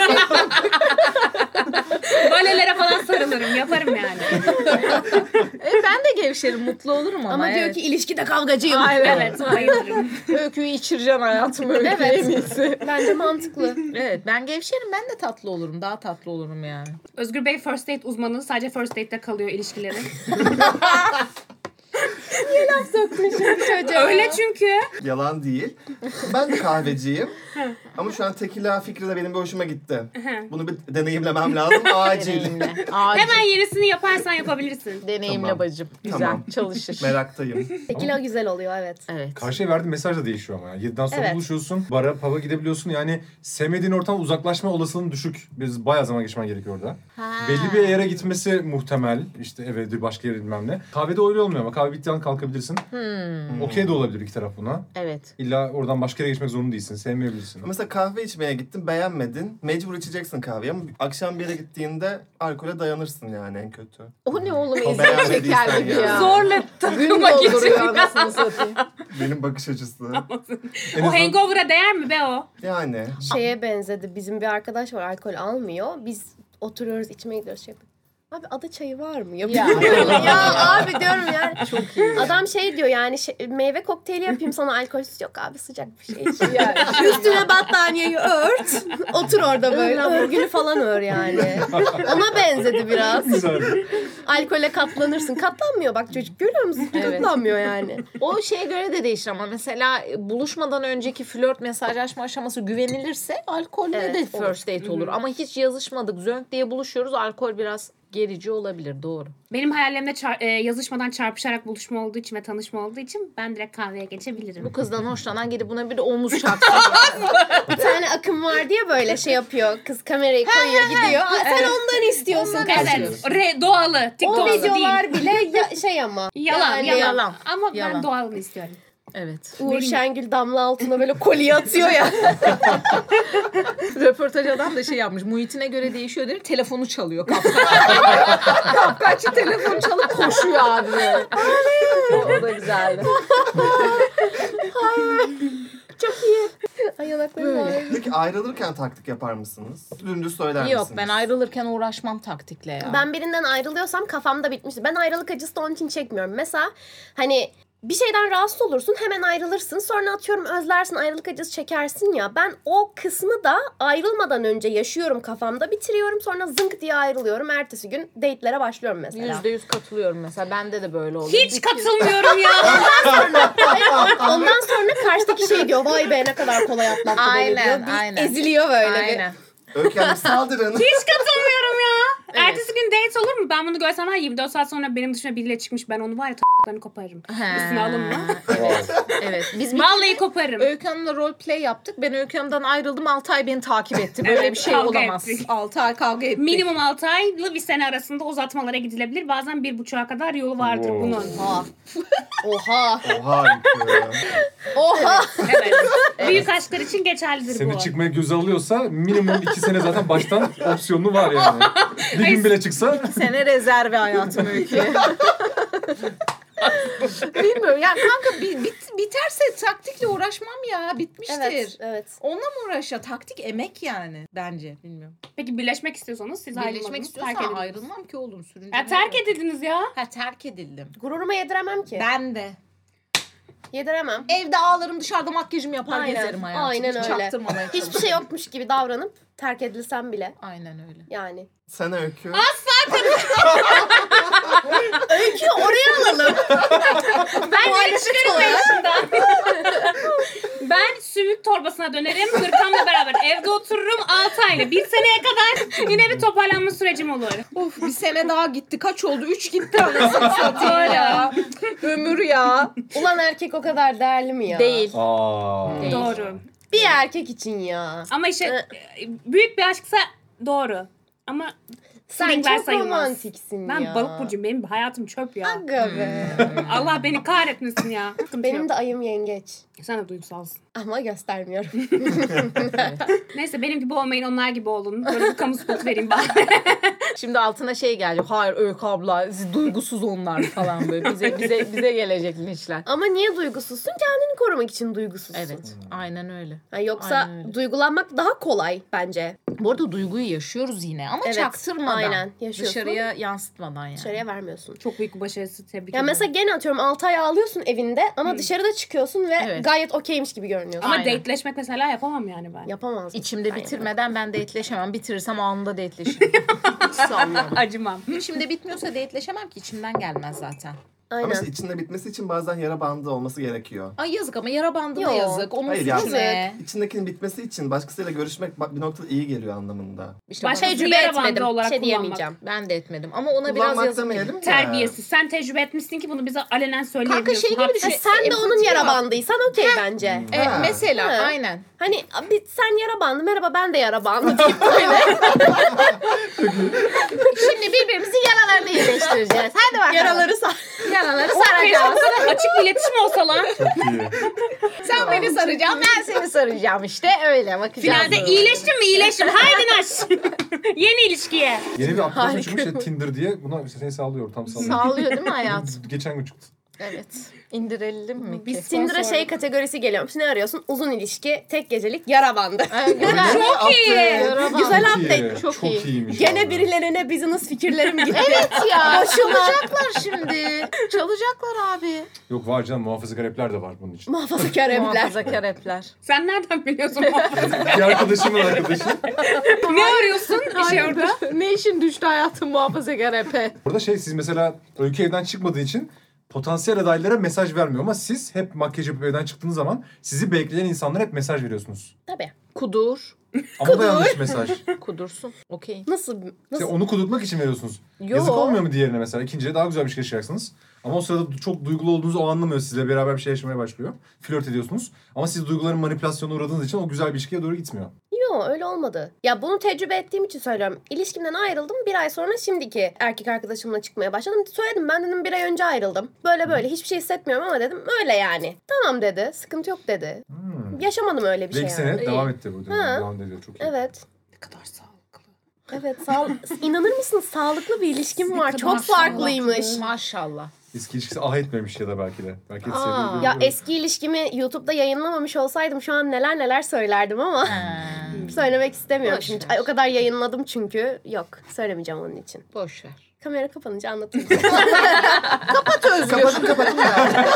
Balelere falan sarılırım. Yaparım yani. e, ben de gevşerim, mutlu olurum ama. Ama diyor evet. ki ilişkide kavgacıyım. Evet bayılırım. Öyküyü içireceksin hayatım, öykü Evet. en iyisi. Bence mantıklı. Evet, ben gevşerim, ben de tatlı olurum. Daha tatlı olurum yani. Özgür Bey first date uzmanı. Sadece first date'te kalıyor ilişkileri. Çocuğa. Öyle çünkü. Yalan değil. Ben de kahveciyim. Ama şu an tekila fikri de benim bir hoşuma gitti. Bunu bir deneyimlemem lazım. Acil. Deneyimle. Acil. Hemen yenisini yaparsan yapabilirsin. Deneyimle Tamam. bacım. Güzel, Tamam. çalışır. Meraktayım. Tekila güzel oluyor evet. Evet. Karşıya verdiğin mesaj da değişiyor ama. Yani. yediden sonra Evet. buluşuyorsun. Bara, pub'a gidebiliyorsun. Yani sevmediğin ortam uzaklaşma olasılığın düşük. Biz bayağı zaman geçmen gerekiyor orada. Ha. Belli bir yere gitmesi muhtemel. İşte eve başka yere bilmem ne. Kahvede öyle olmuyor ama kahve bittiği an kalkabilirsin. Hmm. Okey de olabilir iki taraf buna. Evet. İlla oradan başka yere geçmek zorunda değilsin. Sevmeyebilirsin. Mesela kahve içmeye gittin, beğenmedin. Mecbur içeceksin kahveyi ama akşam bir yere gittiğinde alkole dayanırsın yani en kötü. O ne oğlum, O ezan beğenmediysen şeker gibi ya. ya. Zorla Gün takılmak için. dolduruyor anasını satayım. Benim bakış açısı. En O azından- hangover'a değer mi be o? Yani. Şeye benzedi. Bizim bir arkadaş var alkol almıyor. Biz oturuyoruz içmeye gidiyoruz şey yapıyor. Abi ada çayı var mı? Yapıyor Ya. böyle. Ya abi diyorum yani. Çok iyi. Adam şey diyor yani şey, meyve kokteyli yapayım sana alkolsüz. Yok abi sıcak bir şey iç. Ya, Üstüne battaniyeyi ört. Otur orada böyle. Örgünü falan ör yani. Ona benzedi biraz. Güzel. Alkole katlanırsın. Katlanmıyor bak çocuk, görüyor musun? Evet. Katlanmıyor yani. O şeye göre de değişir ama mesela buluşmadan önceki flört mesajlaşma aşaması güvenilirse alkolle Evet, de first date olur. Ama hiç yazışmadık, zönk diye buluşuyoruz, alkol biraz gerici olabilir, doğru. Benim hayallerimde çar- e, yazışmadan çarpışarak buluşma olduğu için ve tanışma olduğu için ben direkt kahveye geçebilirim. Bu kızdan hoşlanan gidip buna bir de omuz çarpsın. Bir tane akım var diye böyle şey yapıyor. Kız kamerayı koyuyor gidiyor. Aa, sen ondan istiyorsun kardeşim. Evet. Re- doğalı. Tik O doğalı videolar değil. bile ya- şey ama. Yalan, yani yalan. yalan. Ama ben Yalan. doğalını istiyorum. Evet. Uğur Şengül damla altına böyle kolye atıyor ya. Röportaj adam da şey yapmış. Muhitine göre değişiyor değil mi? Telefonu çalıyor kapkaç. Kapkaççı telefon çalıp koşuyor abi böyle. o, o da güzeldi. Çok iyi. Ay yanaklarım Böyle. ağrıyor. Peki ayrılırken taktik yapar mısınız? Dümdüz söyler Yok, misiniz? ben ayrılırken uğraşmam taktikle ya. Ben birinden ayrılıyorsam kafamda bitmişti. Ben ayrılık acısı da onun için çekmiyorum. Mesela hani bir şeyden rahatsız olursun, hemen ayrılırsın. Sonra atıyorum özlersin, ayrılık acısı çekersin ya. Ben o kısmı da ayrılmadan önce yaşıyorum kafamda. Bitiriyorum, sonra zınk diye ayrılıyorum. Ertesi gün date'lere başlıyorum mesela. Yüzde yüz katılıyorum mesela. Bende de böyle oldu. Hiç katılmıyorum ya. Ondan sonra karşıdaki şey diyor. Vay be ne kadar kolay atlattı beni Aynen, diyor. Bir aynen. eziliyor böyle Aynen. Öykü Hanım saldırın. Hiç katılmıyorum ya. Evet. Ertesi gün date olur mu? Ben bunu görsem var yirmi dört saat sonra benim dışına biriyle çıkmış. Ben onu var ya t***larını koparırım. Üstüne alınma. Evet. Biz bir Vallahi koparırım. Öykü Hanım'la role play yaptık. Ben Öykü Hanım'dan ayrıldım. altı ay beni takip etti. Böyle Evet, bir şey kavga olamaz. ettik. altı ay kavga ettik. Minimum altı aylı bir sene arasında uzatmalara gidilebilir. Bazen bir buçuğa kadar yolu vardır Wow. bunun. Oha. Oha. Oha Öykü. Oha. Evet. Büyük aşklar için geçerlidir Seni bu. çıkmaya göze alıyorsa minimum iki sene zaten baştan opsiyonu var yani. Bir gün bile çıksa Sene rezerve hayatım Öykü. Bilmiyorum. Yani kanka bi- bit- biterse taktikle uğraşmam ya. Bitmiştir. Evet, evet. Onunla mı uğraşacak? Taktik emek yani bence. Bilmiyorum. Peki birleşmek istiyorsanız siz Birleşmek ayrılmadınız. istiyorsan Terk edildiniz. ayrılmam ki oğlum. Sürünce Ya ne terk olur? edildiniz ya. Ha terk edildim. Gururuma yediremem ki. Ben de. Yediremem. Evde ağlarım, dışarıda makyajımı yapar Aynen, gezerim hayatım. aynen Hiç öyle. çaktırmamaya Hiçbir çalışırım. şey yokmuş gibi davranıp terk edilsem bile. Aynen öyle. Yani. Sen Öykü. Öyküyü oraya alalım. Ben de çıkarım yaşından. Ben sümük torbasına dönerim. Hırkamla beraber evde otururum. altı ayla bir seneye kadar yine bir toparlanma sürecim olur. Of bir sene daha gitti. Kaç oldu? Üç gitti anasını satayım ya. Ömür ya. Ulan erkek o kadar değerli mi ya? Değil. aa. Değil. Doğru. Bir erkek için ya. Ama işte büyük bir aşksa doğru. Ama Sen swingler çok sayılmaz. romantiksin Ben ya. balık burcuyum. Benim hayatım çöp ya. Aga be. Allah beni kahretmesin ya. Sıkıntı Benim yok. de ayım yengeç. Sen de duygusalsın. Ama göstermiyorum. Neyse benim gibi olmayın, onlar gibi olun. Böyle bir kamu spotu vereyim bari. Şimdi altına şey gelecek. Hayır Öykü abla siz duygusuz onlar falan böyle. Bize bize bize gelecek linçler. Ama niye duygusuzsun? Kendini korumak için duygusuzsun. Evet. Aynen öyle. Ha, yoksa Aynen öyle. duygulanmak daha kolay bence. Bu arada duyguyu yaşıyoruz yine ama Evet, çaktırmadan. aynen, yaşıyorsun. Dışarıya yansıtmadan yani. Dışarıya vermiyorsun. Çok büyük bir başarısı, tebrik Ya ederim. mesela gene atıyorum altı ay ağlıyorsun evinde ama dışarıda çıkıyorsun ve Evet. gayet okeymiş gibi görünüyorsun. Ama Aynen. dateleşmek mesela yapamam yani ben. Yapamaz. İçimde Aynen. bitirmeden ben dateleşemem. Bitirirsem anında dateleşirim. Hiç sallamam. Acımam. İçimde bitmiyorsa dateleşemem ki içimden gelmez zaten. Ama Aynen. işte içinde bitmesi için bazen yara bandı olması gerekiyor. Ay yazık ama yara bandına Yok. yazık. Onun Hayır, suçu yani- ne? İçindekinin bitmesi için başkasıyla görüşmek bak- bir noktada iyi geliyor anlamında. İşte Başka bana- tecrübe Tecrübe etmedim. etmedim. Olarak Bir şey kullanmak. diyemeyeceğim. ben de etmedim ama ona biraz Kullanmak yazık. demeyelim de. Terbiyesiz. Sen tecrübe etmişsin ki bunu bize alenen söyleyebiliyorsun. şey gibi Haklısın. Ha, sen de Empati onun yara yap. bandıysan okey bence. E, Ha. mesela Ha. aynen. Hani bir sen yara bandı, merhaba ben de yara bandı deyip böyle Şimdi birbirimizin yaralarını iyileştireceğiz. Hadi bakalım. yaraları sar. Yaraları Keşke saracağız. bu kadar açık bir iletişim olsa lan. Çok iyi. Sen beni saracaksın, ben seni saracağım işte. Öyle bakacağız. Finalde iyileştin mi? İyileştin. Haydi Naş. Yeni ilişkiye. Yeni bir aplikasyon Harika. çıkmış ya Tinder diye. Buna seni sağlıyor tam sağlıyor. Sağlıyor değil mi hayatım? Geçen gün çıktı. Evet. İndirelim mi ki? Biz Tinder'a şey kategorisi geliyormuş. Ne arıyorsun? Uzun ilişki, tek gecelik, yara bandı. Ay, güzel. Çok iyi. Güzel Çok update. iyi. Çok Çok, iyi. iyiymiş. Gene abi. birilerine business fikirlerim gitti. Evet ya. Boşuna. Çalacaklar şimdi. Çalacaklar abi. Yok var canım muhafazakar app'ler de var bunun için. Muhafazakar emler. Muhafazakar app'ler. Sen nereden biliyorsun? Bir arkadaşımın arkadaşı. Ne arıyorsun iş orada? Ne ne işin düştü hayatın muhafazakar epe? Burada şey siz mesela Öykü evden çıkmadığı için potansiyel adaylara mesaj vermiyor ama siz hep makyaj yapıp evden çıktığınız zaman sizi bekleyen insanlara hep mesaj veriyorsunuz. Tabii. Kudur. Ama da yanlış mesaj. Kudursun. Okey. Nasıl? İşte Nasıl? onu kudurtmak için veriyorsunuz. Yo. Yazık olmuyor mu diğerine mesela? İkinciye daha güzel bir şey yaşayacaksınız. Ama o sırada çok duygulu olduğunuzu o anlamıyor. Sizle beraber bir şey yaşamaya başlıyor. Flört ediyorsunuz. Ama siz duyguların manipülasyonuna uğradığınız için o güzel bir ilişkiye doğru gitmiyor. Yok öyle olmadı. Ya bunu tecrübe ettiğim için söylüyorum. İlişkimden ayrıldım. Bir ay sonra şimdiki erkek arkadaşımla çıkmaya başladım. Söyledim ben dedim bir ay önce ayrıldım. Böyle böyle hiçbir şey hissetmiyorum ama dedim öyle yani. Tamam dedi. Sıkıntı yok dedi. Hmm. Yaşamadım öyle bir Ve şey iki yani. sene devam etti bu. Ha. Devam ediyor çok iyi. Evet. Ne kadar sağlıklı. Evet. Sağ... İnanır mısın? Sağlıklı bir ilişkim var. Çok Maşallah. farklıymış. Maşallah. Eski ilişkisi ah etmemiş ya da belki de. Belki Aa. etseydi. Ya eski ilişkimi YouTube'da yayınlamamış olsaydım şu an neler neler söylerdim ama söylemek istemiyorum Boş şimdi. ver. Ay, o kadar yayınladım çünkü. Yok. Söylemeyeceğim onun için. Boş ver. Kamera kapanınca anlatırım. Kapatın kapatın ya.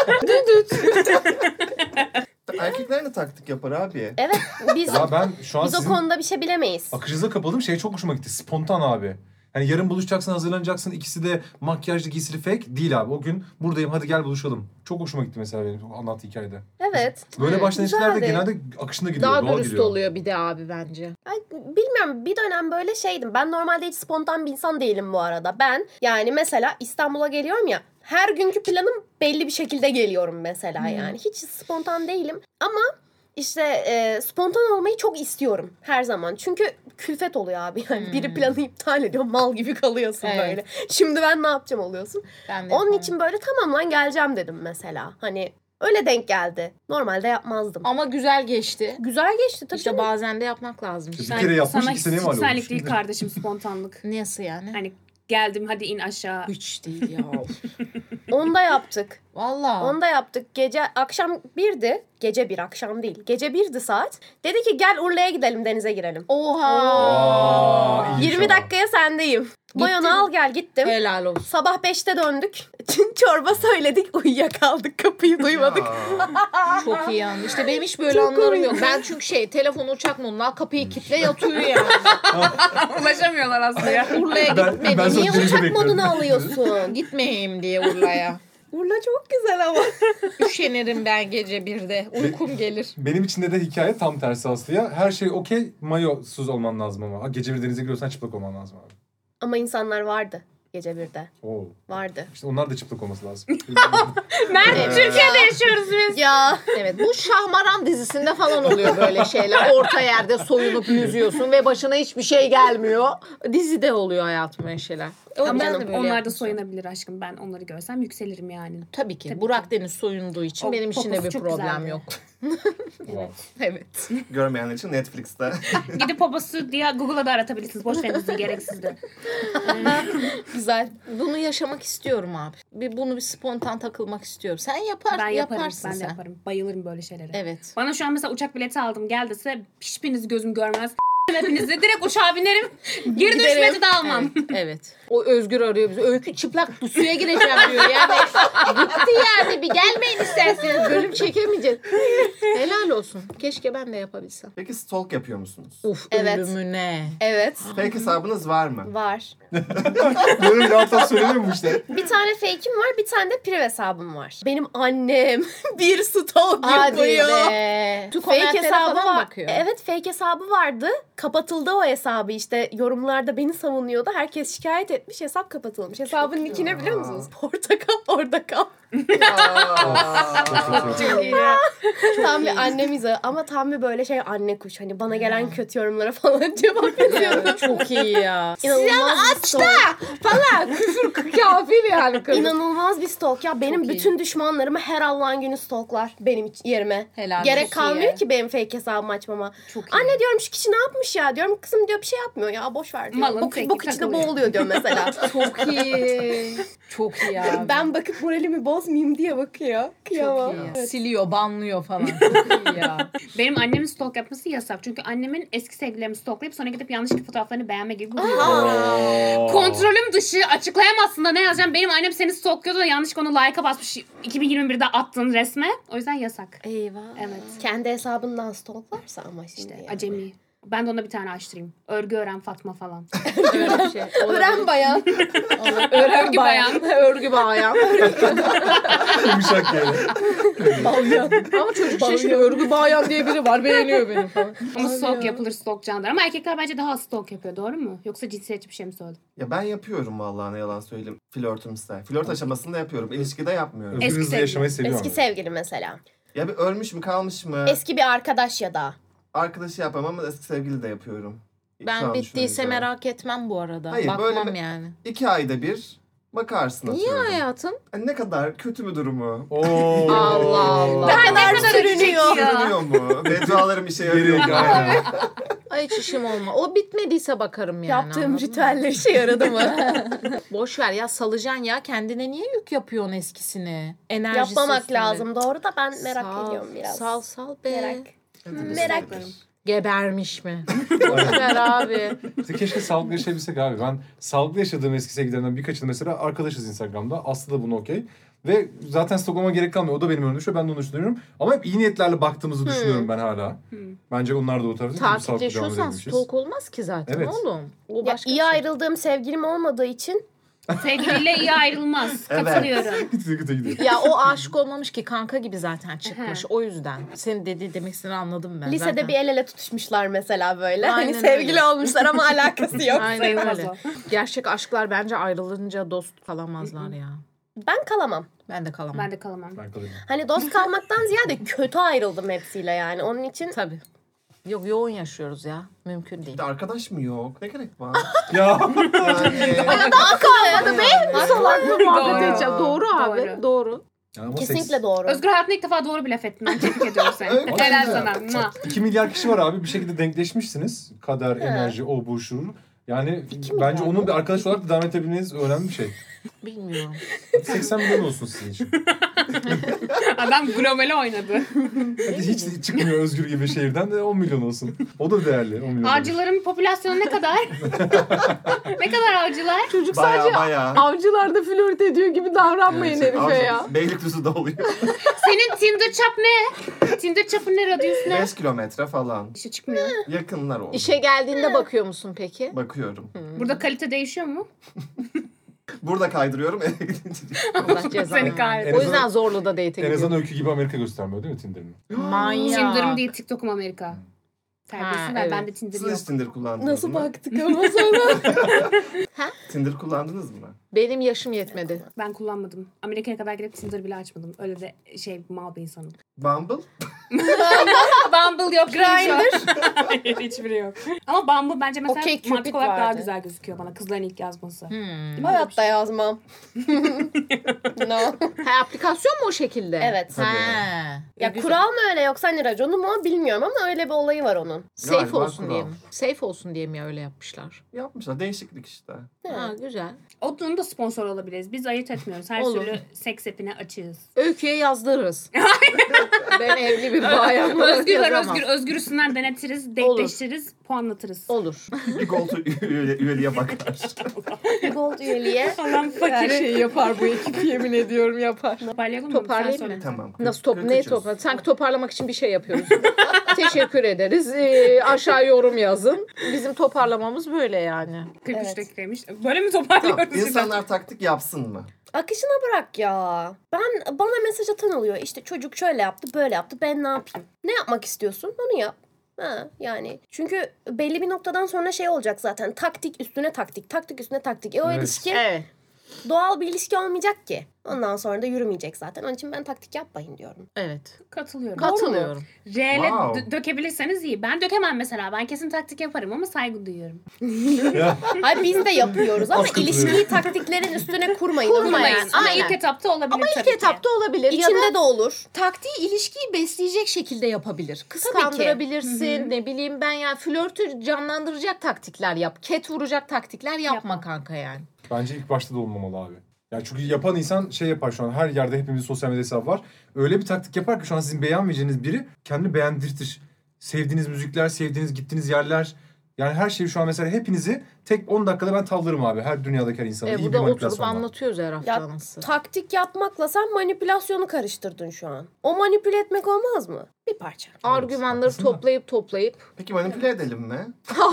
Erkekler ne taktik yapar abi? Evet. Biz Ya ben şu an biz o sizin konuda bir şey bilemeyiz. akışınıza kapıldım. Şey çok hoşuma gitti. Spontan abi. Hani yarın buluşacaksın, hazırlanacaksın. İkisi de makyajlı, giysili fake. Değil abi. O gün buradayım. Hadi gel buluşalım. Çok hoşuma gitti mesela benim anlattığı hikayede. Evet. Böyle başlayan ilişkilerde güzeldi. genelde akışında gidiyor. Daha doğal dürüst gidiyor. oluyor bir de abi bence. Ay, bilmiyorum bir dönem böyle şeydim. Ben normalde hiç spontan bir insan değilim bu arada. Ben yani mesela İstanbul'a geliyorum ya. Her günkü planım belli bir şekilde geliyorum mesela yani. Hiç spontan değilim. Ama işte e, spontan olmayı çok istiyorum her zaman. Çünkü külfet oluyor abi. Yani biri planı iptal ediyor. Mal gibi kalıyorsun Evet. böyle. Şimdi ben ne yapacağım oluyorsun. Ben de Onun yapamam. için böyle tamam lan geleceğim dedim mesela. Hani öyle denk geldi. Normalde yapmazdım. Ama güzel geçti. Güzel geçti tabii. İşte canım. bazen de yapmak lazım. Bir Sen- kere yapmış, sana iki seneye mal hiç olmuş. senlik değil kardeşim spontanlık. Nasıl yani? Hani geldim hadi in aşağı. Hiç değil ya. Onu da yaptık. Valla. Onu da yaptık. Gece akşam birdi. Gece bir akşam değil. Gece birdi saat. Dedi ki gel Urla'ya gidelim denize girelim. Oha. Aa, iyi yirmi şu an. dakikaya sendeyim. Mayonu al gel gittim. Helal olsun. Sabah beşte döndük. Çorba söyledik. Uyuyakaldık. Kapıyı duymadık. Ya. Çok iyi yani. İşte benim hiç böyle Çok anlarım komik. yok. Ben çünkü şey telefonu uçak moduna al, kapıyı kitle yatıyor yani. Ulaşamıyorlar aslında ya. Urla'ya Ben- gitmedim. ben sana Niye denize uçak bekliyorum. Modunu alıyorsun. gitmeyeyim diye Urla'ya. Urla çok güzel ama. Üşenirim ben gece birde. Uykum gelir. Benim içinde de hikaye tam tersi Aslı'ya. Her şey okey, mayosuz olman lazım ama. Gece bir denize giriyorsan çıplak olman lazım abi. Ama insanlar vardı gece birde. Oo. Vardı. İşte onlar da çıplak olması lazım. Nerede? Türkiye'de yaşıyoruz biz. Ya. Evet, bu Şahmaran dizisinde falan oluyor böyle şeyler. Orta yerde soyunup yüzüyorsun ve başına hiçbir şey gelmiyor. Dizide oluyor hayatım böyle şeyler. Ama ben ben de böyle onlar da yapmışım. soyunabilir aşkım. Ben onları görsem yükselirim yani. Tabii ki. Tabii Burak Deniz soyunduğu için O benim için de poposu bir çok problem güzeldi. yok. Wow. Evet. Görmeyenler için Netflix'te. Gidip poposu diye Google'a da aratabilirsiniz. Boş verin diziyi gereksiz de. Güzel. Bunu yaşamak istiyorum abi. Bir bunu bir spontan takılmak istiyorum. Sen yapar, Ben yaparım. yaparsın Ben de sen. yaparım. Bayılırım böyle şeylere. Evet. Bana şu an mesela uçak bileti aldım gel dese hiçbiriniz gözüm görmez. Hepinizi direkt uçağa binerim. Geri dönüş Giderim. bileti de almam. Evet, evet. O Özgür arıyor bizi. Öykü çıplak suya gireceğim diyor. Yani gitti yani. Bir gelmeyin isterseniz. Bölüm çekemeyeceğiz. Helal olsun. Keşke ben de yapabilsem. Peki stalk yapıyor musunuz? Uf Evet. ölümüne. Evet. Fake hesabınız var mı? Var. Böyle bir alttan söylemiyor mu işte? Bir tane fake'im var, bir tane de priv hesabım var. Benim annem bir stalk Hadi yapıyor. be. Tüm Fake komentlere hesabı falan var. bakıyor. Evet, fake hesabı vardı. Kapatıldı o hesabı işte. Yorumlarda beni savunuyordu. Herkes şikayet etmiş. Hesap kapatılmış. Hesabın nickini biliyor musunuz? Portakal orada kal. Çok iyi. Tam bir annem izah ama tam bir böyle şey anne kuş. Hani bana gelen kötü yorumlara falan cevap yazıyordu. Çok iyi ya. İnanılmaz bir stalk. Falan küfür kafir yani kız. İnanılmaz bir stalk ya. Benim Çok iyi. bütün düşmanlarımı her Allah'ın günü stalklar benim iç- yerime. Helal Gerek olsun. kalmıyor ki benim fake hesabımı açmama. Çok iyi. Anne diyorum şu kişi ne yapmış ya? Diyorum kızım diyor bir şey yapmıyor ya boş ver diyor. Malın Bok, teki bok içinde takılıyor. boğuluyor diyor mesela. Çok iyi. Çok iyi abi. Ben bakıp moralimi bozmayayım diye bakıyor. Kıyamam. Çok iyi. Siliyor, banlıyor falan. Çok iyi ya. Benim annemin stalk yapması yasak. Çünkü annemin eski sevgililerimi stalklayıp sonra gidip yanlış fotoğraflarını beğenme gibi bir huyu var. Kontrolüm dışı açıklayamazsın da ne yazacağım. Benim annem seni stalkluyordu da yanlış onu like'a basmış iki bin yirmi birde attığın resme. O yüzden yasak. Eyvah. Evet. Kendi hesabından stalklarsa ama şimdi. İşte yani. acemi. Ben de ona bir tane açtırayım. Örgü öğren Fatma falan. Öyle bir şey. Öğren bayan. Örgü bayan. Örgü bayan. Yumuşak yani. Ama çocuk şaşırıyor. Örgü bayan diye biri var. Beğeniyor beni falan. Ama stalk yapılır stalk candır. Ama erkekler bence daha az stalk yapıyor. Doğru mu? Yoksa cinsiyetçi bir şey mi söyledim? Ya ben yapıyorum vallahi, ne yalan söyleyeyim. Flörtümse. Flört aşamasında yapıyorum. İlişkide yapmıyorum. Özgür Eski hızlı sevgili. yaşamayı seviyor Eski ama. sevgili mesela. Ya bir ölmüş mü kalmış mı? Eski bir arkadaş ya da. Arkadaşı yapamam ama eski sevgili de yapıyorum. Şu Ben an bittiyse düşününce. merak etmem bu arada. Hayır, Bakmam böyle bir- yani. İki ayda bir bakarsın Niye atıyorum. hayatım? Hani ne kadar kötü mü durumu? Oo. Allah Allah. Ne kadar kadar sürünüyor. Sürünüyor mu? Beddualarım işe yarıyor Geri mu? aynen. Ay hiç işim olma. O bitmediyse bakarım yani. Yaptığım anladın mı? ritüeller işe yaradı mı? Boş ver ya, salacaksın ya. Kendine niye yük yapıyorsun eskisini? Enerjisi Yapmamak üstünde. lazım. Doğru da ben merak Sal, ediyorum biraz. Sal sal be. Merak. Merak. Gebermiş mi? Boş ver abi. İşte keşke sağlıklı yaşayabilsek abi. Ben sağlıklı yaşadığım eski sevgililerimden birkaçını mesela arkadaşız Instagram'da. Aslı da bunu okey. Ve zaten stalklamama gerek kalmıyor. O da benim önümde düşüyor. Ben de onu düşünüyorum. Ama hep iyi niyetlerle baktığımızı düşünüyorum ben hala. Bence onlar da o tarafta. Çünkü sağlıklı devam Takipleşiyorsan edebilmişiz. stalk olmaz ki zaten Evet. oğlum. O Ya, başka iyi bir şey. ayrıldığım sevgilim olmadığı için Sevgiliyle iyi ayrılmaz. Evet. Katılıyorum. Gidiyor gidiyor gidiyor. Ya o aşık olmamış ki, kanka gibi zaten çıkmış. O yüzden. Senin dediği demek istediğini anladım ben. lisede zaten. bir el ele tutuşmuşlar mesela böyle. Aynen hani sevgili öyle. olmuşlar ama alakası yok. Aynen Sayılmaz öyle. o. Gerçek aşklar bence ayrılınca dost kalamazlar ya. Ben kalamam. Ben de kalamam. Ben de kalamam. Ben kalayım. Hani dost kalmaktan ziyade kötü ayrıldım hepsiyle yani. Onun için Tabii. Yok, yoğun yaşıyoruz ya. Mümkün değil. Bir de arkadaş mı yok? Ne gerek var? Ya. Yani... kalmadı be. Salaklı muhabbet Doğru. edeceğim. Doğru abi. Doğru. Doğru. Ya ama Kesinlikle seks- doğru. Özgür hayatında ilk defa doğru bir laf ettin. Ben tebrik ediyorum seni. Öyle mi? Helal sana. Mua. iki milyar kişi var abi. Bir şekilde denkleşmişsiniz. Kader, enerji, o bu şu. Yani bence onun bir arkadaş olarak da devam edebilmeniz önemli bir şey. Bilmiyorum. seksen milyon olsun sizin için. Adam globale oynadı. Hadi hiç çıkmıyor Özgür gibi şehirden de on milyon olsun. O da değerli. on milyon. Avcıların popülasyonu ne kadar? ne kadar avcılar? Çocuk Baya sadece baya. avcılarda flört ediyor gibi davranmayın herife ya. Beylikdüzü'de oluyor. Senin Tinder çap ne? Tinder çapın ne, radyusu ne? beş kilometre falan. İşe çıkmıyor. Yakınlar oldu. İşe geldiğinde bakıyor musun peki? Bakıyorum. Burada kalite değişiyor mu? Burada kaydırıyorum. eve gidince. Allah cezanı Seni kahretsin. versin. O yüzden zorlu da date'e En gidiyor. azından öykü gibi Amerika göstermiyor değil mi Tinder'ın? Manyak. Tinder'ım değil, TikTok'um Amerika. Terbiyesiz Ha, ver. evet. Bende Tinder Siz yok. hiç Tinder kullandınız Nasıl mı? baktık ama sonra. Tinder kullandınız mı? Benim yaşım yetmedi. Ben kullanmadım. Amerika'ya kadar gidip Tinder bile açmadım. Öyle de şey, mal bir insanım. Bumble? Bumble yok. Grindr. Hayır, hiçbiri yok. Ama Bumble bence mesela Okey, Cupid mantık olarak daha vardı. güzel gözüküyor bana. Kızların ilk yazması. Hmm. Hayatta yazmam. no. Ha, aplikasyon mu o şekilde? Evet. Ha. Ya güzel. kural mı öyle yoksa hani raconu mu bilmiyorum ama öyle bir olayı var onun. Safe Galiba olsun kural. diye mi? Safe olsun diye mi öyle yapmışlar? Yapmışlar. Değişiklik işte. Ha, güzel. Onun da sponsor olabiliriz. Biz ayırt etmiyoruz. Her Olur. türlü seks app'ine açığız. Öyküye yazdırırız. ben evli bir bayanım. Özgür var, Yazamam. özgür. Özgür üstünden denetiriz, Olur. denkleştiririz, puanlatırız. Olur. Bir gold üye, üyeliğe bakar. Gold üyeliğe. Allah'ım Her fakiri. şeyi yapar bu ekip, yemin ediyorum yapar. Toparlayalım mı? Toparlayayım Sen mı? söyle. Tamam. Nasıl top, kırk ne üçüz. topla? Sanki toparlamak için bir şey yapıyoruz. Teşekkür ederiz. Ee, aşağı yorum yazın. Bizim toparlamamız böyle yani. kırk üç Evet. dakikaymış. Böyle mi Tamam. toparlıyoruz? İnsanlar taktik yapsın mı? Akışına bırak ya. Ben bana mesaj atan oluyor. İşte çocuk şöyle yaptı, böyle yaptı. Ben ne yapayım? Ne yapmak istiyorsun? Onu yap. Ha, yani çünkü belli bir noktadan sonra şey olacak zaten. Taktik üstüne taktik, taktik üstüne taktik. E o Evet. ilişki Evet. doğal bir ilişki olmayacak ki. Ondan sonra da yürümeyecek zaten. Onun için ben taktik yapmayın diyorum. Evet. Katılıyorum. Katılıyorum. Reale Wow. dö- dökebilirseniz iyi. Ben dökemem mesela. Ben kesin taktik yaparım ama saygı duyuyorum. Ya. Hayır biz de yapıyoruz ama Az katılıyorum. ilişkiyi taktiklerin üstüne kurmayın. Kurmayın. Kurmayın. Ama Aynen. ilk etapta olabilir Ama tabii ilk ki. etapta olabilir. ya da İçinde de olur. taktiği ilişkiyi besleyecek şekilde yapabilir. Kıskandırabilirsin. Ne bileyim ben ya, flörtü canlandıracak taktikler yap. Ket vuracak taktikler yapma, Yapma. kanka yani. Bence ilk başta da olmamalı abi. Ya çünkü yapan insan şey yapar şu an, her yerde hepimizin sosyal medya hesabı var. Öyle bir taktik yapar ki şu an sizin beğenmeyeceğiniz biri kendini beğendirtir. Sevdiğiniz müzikler, sevdiğiniz gittiğiniz yerler, Yani her şeyi şu an mesela hepinizi tek on dakikada ben tavlarım abi. Her dünyadaki her insanı. E, iyi bir burada oturup manipülasyonla. anlatıyoruz her hafta Ya, nasıl. taktik yapmakla sen manipülasyonu karıştırdın şu an. O manipüle etmek olmaz mı? Bir parça. Argümanları haklısın da. toplayıp toplayıp. Peki manipüle edelim mi?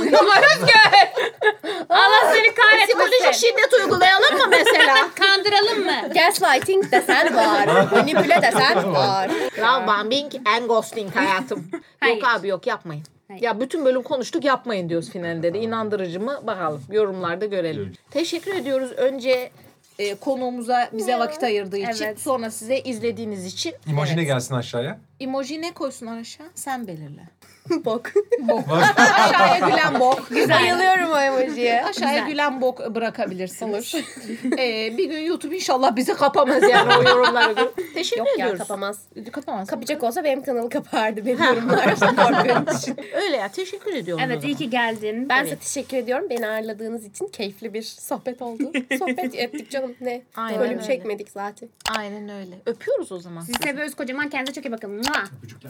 Allah seni Psikolojik kahretmesin. şiddet uygulayalım mı mesela? Kandıralım mı? Gaslighting desen var. Manipüle desen var. Love bombing and ghosting hayatım. Hayır. Yok abi yok yapmayın. Hayır. Ya bütün bölüm konuştuk yapmayın diyoruz finalde de. İnandırıcı mı? Bakalım yorumlarda görelim. Teşekkür ediyoruz önce e, konuğumuza bize vakit ayırdığı için. Evet. Sonra size izlediğiniz için. Emoji ne Evet. gelsin aşağıya? Emoji ne koysunlar aşağı? Sen belirle. Bok. Aşağıya gülen bok. Bayılıyorum o emojiye. Aşağıya Güzel. gülen bok bırakabilirsiniz. Ee, bir gün YouTube inşallah bizi kapamaz yani o yorumları. Teşekkür Yok ya ediyoruz. kapamaz. Kapamaz. Kapacak olsa benim kanalı kapardı benim yorumlarımda korkuyorum için. Öyle ya teşekkür ediyorum. o Evet iyi zaman. ki geldin. Ben size teşekkür ediyorum. Beni ağırladığınız için keyifli bir sohbet oldu. Sohbet ettik canım ne? Aynen Bölüm öyle. çekmedik zaten. Aynen öyle. Öpüyoruz o zaman. Sizi seviyoruz kocaman. Kendinize çok iyi bakın. Mua. Öpücükler.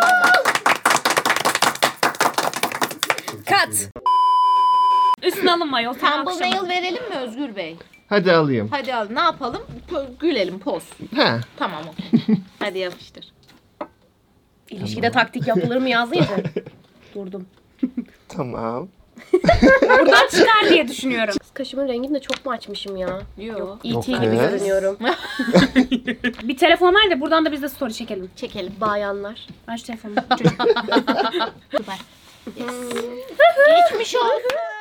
Kat. Üstüne alınma yol. Thumbnail verelim mi Özgür Bey? Hadi alayım. Hadi al. Ne yapalım? P- gülelim poz. He. Tamam okey. Hadi yapıştır. İlişkide taktik yapılır mı yazınca? Durdum. Tamam. Buradan çıkar diye düşünüyorum. Kaşımın rengini de çok mu açmışım ya? Yok. E T Yok gibi kız. görünüyorum. Bir telefon ver de buradan da biz de story çekelim. Çekelim. Bayanlar. Ver şu telefonu. Çocuk. Geçmiş olsun.